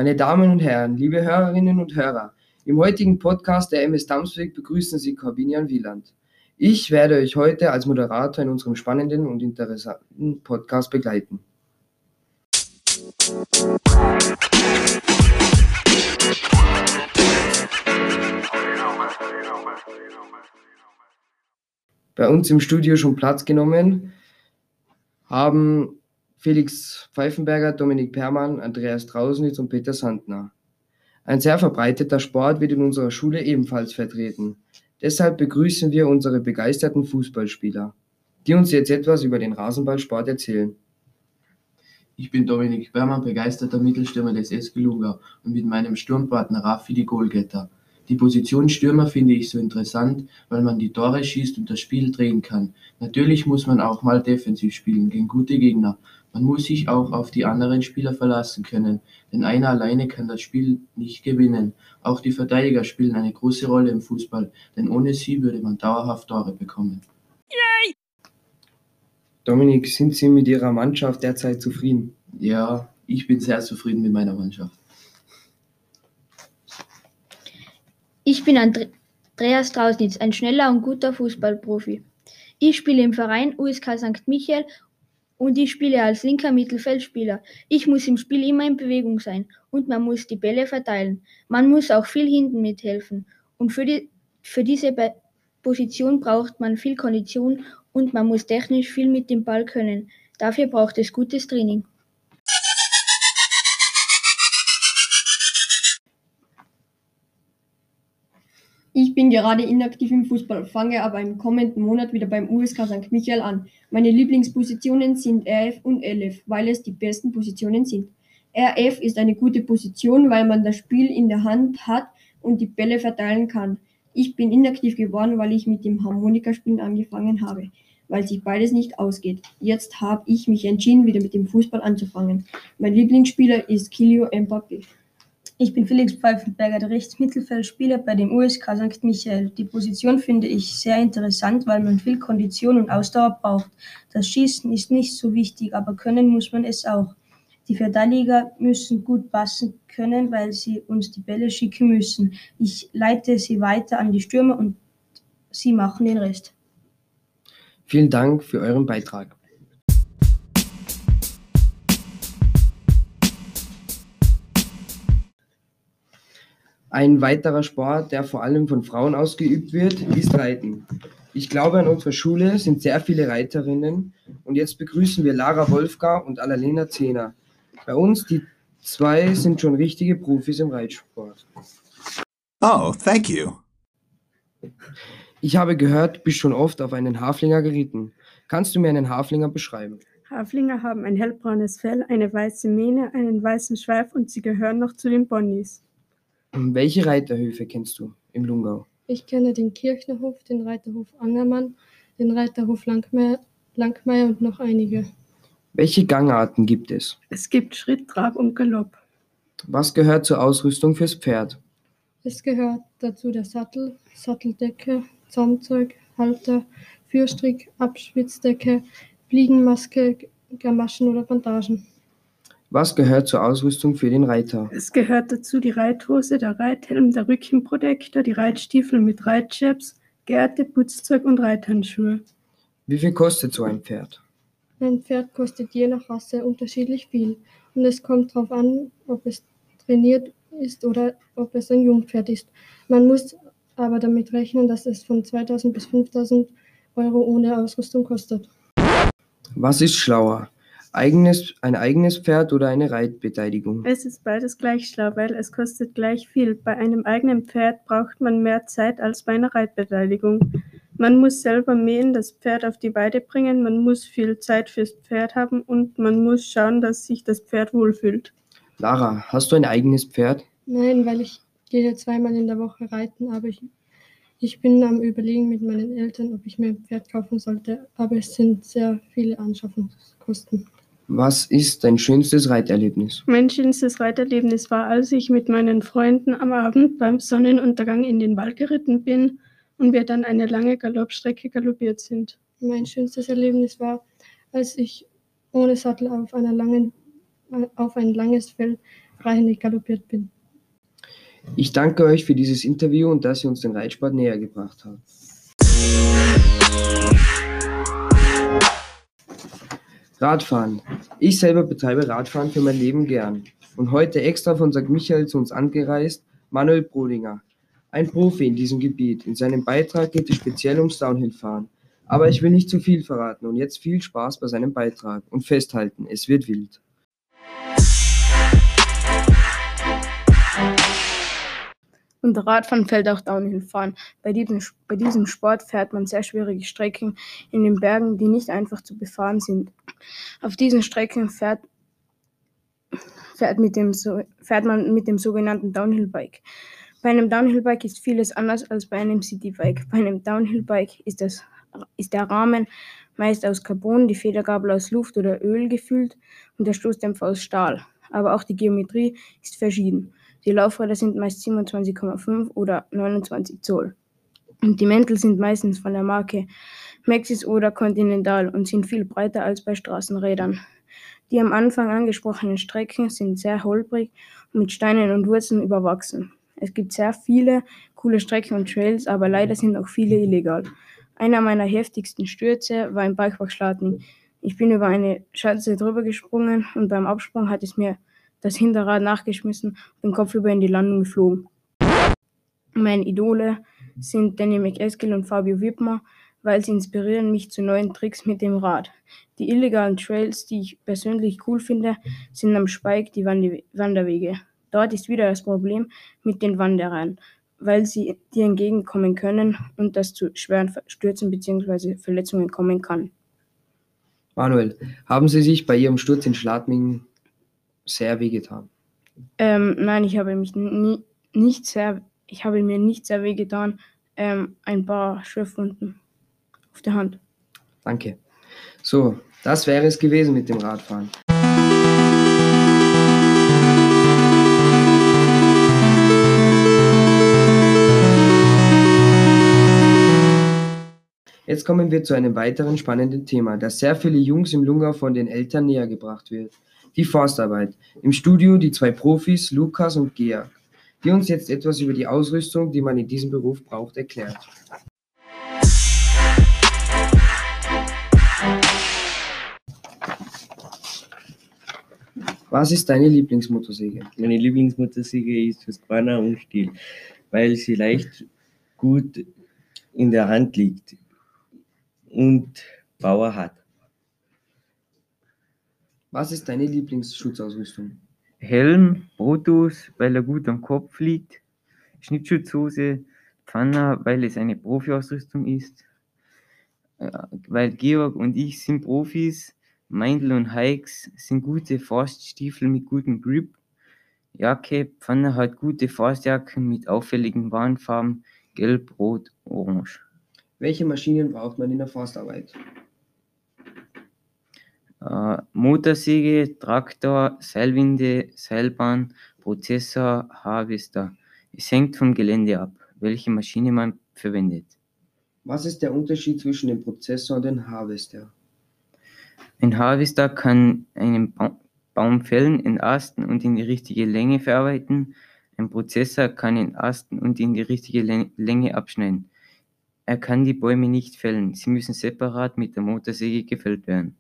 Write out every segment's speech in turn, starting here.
Meine Damen und Herren, liebe Hörerinnen und Hörer, im heutigen Podcast der MS Damsweg begrüßen Sie Corbinian Wieland. Ich werde euch heute als Moderator in unserem spannenden und interessanten Podcast begleiten. Bei uns im Studio schon Platz genommen haben Felix Pfeifenberger, Dominik Permann, Andreas Trausnitz und Peter Sandner. Ein sehr verbreiteter Sport wird in unserer Schule ebenfalls vertreten. Deshalb begrüßen wir unsere begeisterten Fußballspieler, die uns jetzt etwas über den Rasenballsport erzählen. Ich bin Dominik Permann, begeisterter Mittelstürmer des SG Lungau und mit meinem Sturmpartner Raffi die Goalgetter. Die Position Stürmer finde ich so interessant, weil man die Tore schießt und das Spiel drehen kann. Natürlich muss man auch mal defensiv spielen gegen gute Gegner. Man muss sich auch auf die anderen Spieler verlassen können, denn einer alleine kann das Spiel nicht gewinnen. Auch die Verteidiger spielen eine große Rolle im Fußball, denn ohne sie würde man dauerhaft Tore bekommen. Dominik, sind Sie mit Ihrer Mannschaft derzeit zufrieden? Ja, ich bin sehr zufrieden mit meiner Mannschaft. Ich bin Andreas Trausnitz, ein schneller und guter Fußballprofi. Ich spiele im Verein USK St. Michael und ich spiele als linker Mittelfeldspieler. Ich muss im Spiel immer in Bewegung sein und man muss die Bälle verteilen. Man muss auch viel hinten mithelfen und für diese Position braucht man viel Kondition und man muss technisch viel mit dem Ball können. Dafür braucht es gutes Training. Ich bin gerade inaktiv im Fußball, fange aber im kommenden Monat wieder beim USK St. Michael an. Meine Lieblingspositionen sind RF und LF, weil es die besten Positionen sind. RF ist eine gute Position, weil man das Spiel in der Hand hat und die Bälle verteilen kann. Ich bin inaktiv geworden, weil ich mit dem Harmonikaspielen angefangen habe, weil sich beides nicht ausgeht. Jetzt habe ich mich entschieden, wieder mit dem Fußball anzufangen. Mein Lieblingsspieler ist Kylian Mbappé. Ich bin Felix Pfeifenberger, der Rechtsmittelfeldspieler bei dem USK St. Michael. Die Position finde ich sehr interessant, weil man viel Kondition und Ausdauer braucht. Das Schießen ist nicht so wichtig, aber können muss man es auch. Die Verteidiger müssen gut passen können, weil sie uns die Bälle schicken müssen. Ich leite sie weiter an die Stürmer und sie machen den Rest. Vielen Dank für euren Beitrag. Ein weiterer Sport, der vor allem von Frauen ausgeübt wird, ist Reiten. Ich glaube, an unserer Schule sind sehr viele Reiterinnen und jetzt begrüßen wir Lara Wolfgar und Annalena Zehner. Bei uns, die zwei sind schon richtige Profis im Reitsport. Oh, thank you. Ich habe gehört, du bist schon oft auf einen Haflinger geritten. Kannst du mir einen Haflinger beschreiben? Haflinger haben ein hellbraunes Fell, eine weiße Mähne, einen weißen Schweif und sie gehören noch zu den Ponys. Welche Reiterhöfe kennst du im Lungau? Ich kenne den Kirchnerhof, den Reiterhof Angermann, den Reiterhof Langmeier und noch einige. Welche Gangarten gibt es? Es gibt Schritt, Trab und Galopp. Was gehört zur Ausrüstung fürs Pferd? Es gehört dazu der Sattel, Satteldecke, Zaumzeug, Halter, Führstrick, Abschwitzdecke, Fliegenmaske, Gamaschen oder Bandagen. Was gehört zur Ausrüstung für den Reiter? Es gehört dazu die Reithose, der Reithelm, der Rückenprotektor, die Reitstiefel mit Reitchaps, Gerte, Putzzeug und Reithandschuhe. Wie viel kostet so ein Pferd? Ein Pferd kostet je nach Rasse unterschiedlich viel und es kommt darauf an, ob es trainiert ist oder ob es ein Jungpferd ist. Man muss aber damit rechnen, dass es von 2.000 bis 5.000 Euro ohne Ausrüstung kostet. Was ist schlauer? Ein eigenes Pferd oder eine Reitbeteiligung? Es ist beides gleich schlau, weil es kostet gleich viel. Bei einem eigenen Pferd braucht man mehr Zeit als bei einer Reitbeteiligung. Man muss selber mähen, das Pferd auf die Weide bringen, man muss viel Zeit fürs Pferd haben und man muss schauen, dass sich das Pferd wohlfühlt. Lara, hast du ein eigenes Pferd? Nein, weil ich gehe 2-mal in der Woche reiten, aber ich bin am Überlegen mit meinen Eltern, ob ich mir ein Pferd kaufen sollte, aber es sind sehr viele Anschaffungskosten. Was ist dein schönstes Reiterlebnis? Mein schönstes Reiterlebnis war, als ich mit meinen Freunden am Abend beim Sonnenuntergang in den Wald geritten bin und wir dann eine lange Galoppstrecke galoppiert sind. Mein schönstes Erlebnis war, als ich ohne Sattel auf ein langes Fell freihändig galoppiert bin. Ich danke euch für dieses Interview und dass ihr uns den Reitsport näher gebracht habt. Radfahren. Ich selber betreibe Radfahren für mein Leben gern. Und heute extra von St. Michael zu uns angereist, Manuel Brodinger, ein Profi in diesem Gebiet. In seinem Beitrag geht es speziell ums Downhillfahren. Aber ich will nicht zu viel verraten und jetzt viel Spaß bei seinem Beitrag. Und festhalten, es wird wild. Unter Radfahren fällt auch Downhillfahren. Bei diesem Sport fährt man sehr schwierige Strecken in den Bergen, die nicht einfach zu befahren sind. Auf diesen Strecken fährt man mit dem sogenannten Downhill-Bike. Bei einem Downhill-Bike ist vieles anders als bei einem City-Bike. Bei einem Downhill-Bike ist der Rahmen meist aus Carbon, die Federgabel aus Luft oder Öl gefüllt und der Stoßdämpfer aus Stahl. Aber auch die Geometrie ist verschieden. Die Laufräder sind meist 27,5 oder 29 Zoll. Und die Mäntel sind meistens von der Marke Maxxis oder Continental und sind viel breiter als bei Straßenrädern. Die am Anfang angesprochenen Strecken sind sehr holprig und mit Steinen und Wurzeln überwachsen. Es gibt sehr viele coole Strecken und Trails, aber leider sind auch viele illegal. Einer meiner heftigsten Stürze war im Bikewag Schladming. Ich bin über eine Schanze drüber gesprungen und beim Absprung hat es mir das Hinterrad nachgeschmissen und den Kopf über in die Landung geflogen. Meine Idole sind Danny McEskill und Fabio Wipmer, weil sie inspirieren mich zu neuen Tricks mit dem Rad. Die illegalen Trails, die ich persönlich cool finde, sind am Spike die Wanderwege. Dort ist wieder das Problem mit den Wanderern, weil sie dir entgegenkommen können und das zu schweren Stürzen bzw. Verletzungen kommen kann. Manuel, haben Sie sich bei Ihrem Sturz in Schladming sehr wehgetan? Nein, ich habe mir nicht sehr wehgetan. Ein paar Schürfwunden auf der Hand. Danke. So, das wäre es gewesen mit dem Radfahren. Jetzt kommen wir zu einem weiteren spannenden Thema, das sehr viele Jungs im Lungau von den Eltern näher gebracht wird. Die Forstarbeit. Im Studio die zwei Profis, Lukas und Georg, die uns jetzt etwas über die Ausrüstung, die man in diesem Beruf braucht, erklärt. Was ist deine Lieblingsmotorsäge? Meine Lieblingsmotorsäge ist Husqvarna und Stihl, weil sie leicht gut in der Hand liegt und Power hat. Was ist deine Lieblingsschutzausrüstung? Helm, Brutus, weil er gut am Kopf liegt. Schnittschutzhose, Pfanner, weil es eine Profi-Ausrüstung ist. Weil Georg und ich sind Profis. Meindl und Hikes sind gute Forststiefel mit gutem Grip. Jacke, Pfanner hat gute Forstjacken mit auffälligen Warnfarben, gelb, rot, orange. Welche Maschinen braucht man in der Forstarbeit? Motorsäge, Traktor, Seilwinde, Seilbahn, Prozessor, Harvester. Es hängt vom Gelände ab, welche Maschine man verwendet. Was ist der Unterschied zwischen dem Prozessor und dem Harvester? Ein Harvester kann einen Baum fällen, entasten und in die richtige Länge verarbeiten. Ein Prozessor kann entasten und in die richtige Länge abschneiden. Er kann die Bäume nicht fällen, sie müssen separat mit der Motorsäge gefällt werden.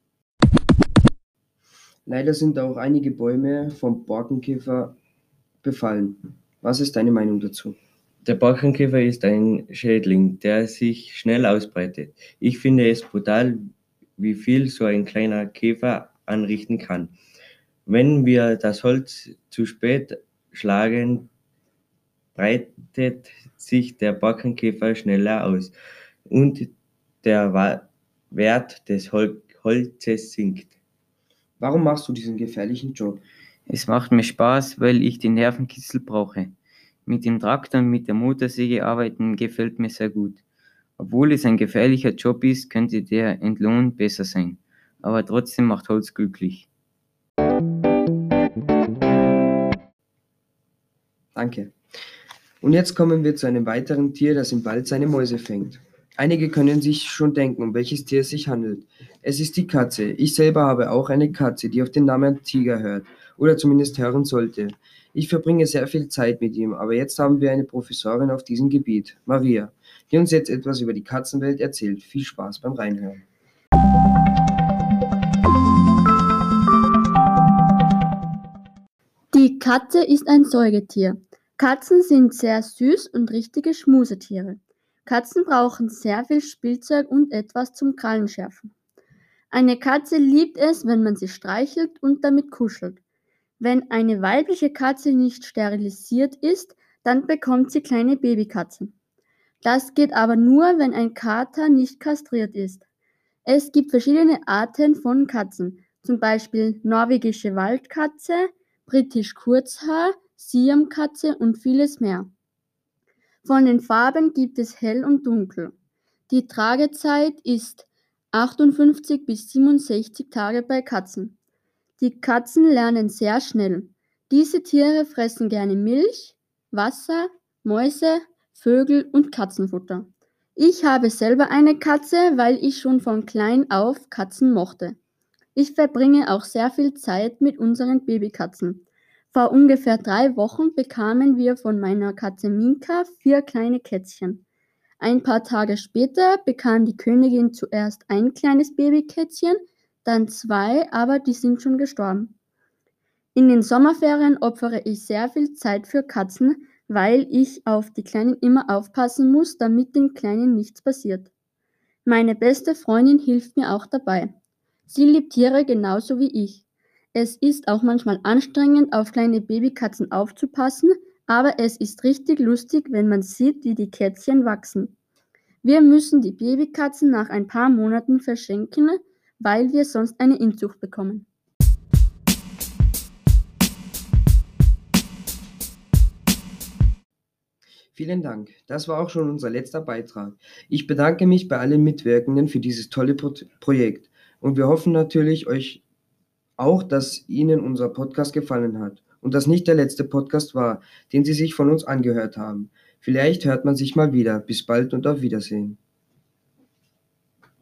Leider sind auch einige Bäume vom Borkenkäfer befallen. Was ist deine Meinung dazu? Der Borkenkäfer ist ein Schädling, der sich schnell ausbreitet. Ich finde es brutal, wie viel so ein kleiner Käfer anrichten kann. Wenn wir das Holz zu spät schlagen, breitet sich der Borkenkäfer schneller aus und der Wert des Holzes sinkt. Warum machst du diesen gefährlichen Job? Es macht mir Spaß, weil ich den Nervenkitzel brauche. Mit dem Traktor und mit der Motorsäge arbeiten gefällt mir sehr gut. Obwohl es ein gefährlicher Job ist, könnte der Entlohn besser sein. Aber trotzdem macht Holz glücklich. Danke. Und jetzt kommen wir zu einem weiteren Tier, das im Wald seine Mäuse fängt. Einige können sich schon denken, um welches Tier es sich handelt. Es ist die Katze. Ich selber habe auch eine Katze, die auf den Namen Tiger hört oder zumindest hören sollte. Ich verbringe sehr viel Zeit mit ihm, aber jetzt haben wir eine Professorin auf diesem Gebiet, Maria, die uns jetzt etwas über die Katzenwelt erzählt. Viel Spaß beim Reinhören. Die Katze ist ein Säugetier. Katzen sind sehr süß und richtige Schmusetiere. Katzen brauchen sehr viel Spielzeug und etwas zum Krallenschärfen. Eine Katze liebt es, wenn man sie streichelt und damit kuschelt. Wenn eine weibliche Katze nicht sterilisiert ist, dann bekommt sie kleine Babykatzen. Das geht aber nur, wenn ein Kater nicht kastriert ist. Es gibt verschiedene Arten von Katzen, zum Beispiel norwegische Waldkatze, britisch Kurzhaar, Siamkatze und vieles mehr. Von den Farben gibt es hell und dunkel. Die Tragezeit ist 58 bis 67 Tage bei Katzen. Die Katzen lernen sehr schnell. Diese Tiere fressen gerne Milch, Wasser, Mäuse, Vögel und Katzenfutter. Ich habe selber eine Katze, weil ich schon von klein auf Katzen mochte. Ich verbringe auch sehr viel Zeit mit unseren Babykatzen. Vor ungefähr 3 Wochen bekamen wir von meiner Katze Minka 4 kleine Kätzchen. Ein paar Tage später bekam die Königin zuerst ein kleines Babykätzchen, dann 2, aber die sind schon gestorben. In den Sommerferien opfere ich sehr viel Zeit für Katzen, weil ich auf die Kleinen immer aufpassen muss, damit den Kleinen nichts passiert. Meine beste Freundin hilft mir auch dabei. Sie liebt Tiere genauso wie ich. Es ist auch manchmal anstrengend, auf kleine Babykatzen aufzupassen, aber es ist richtig lustig, wenn man sieht, wie die Kätzchen wachsen. Wir müssen die Babykatzen nach ein paar Monaten verschenken, weil wir sonst eine Inzucht bekommen. Vielen Dank. Das war auch schon unser letzter Beitrag. Ich bedanke mich bei allen Mitwirkenden für dieses tolle Projekt und wir hoffen natürlich euch auch, dass Ihnen unser Podcast gefallen hat und das nicht der letzte Podcast war, den Sie sich von uns angehört haben. Vielleicht hört man sich mal wieder. Bis bald und auf Wiedersehen.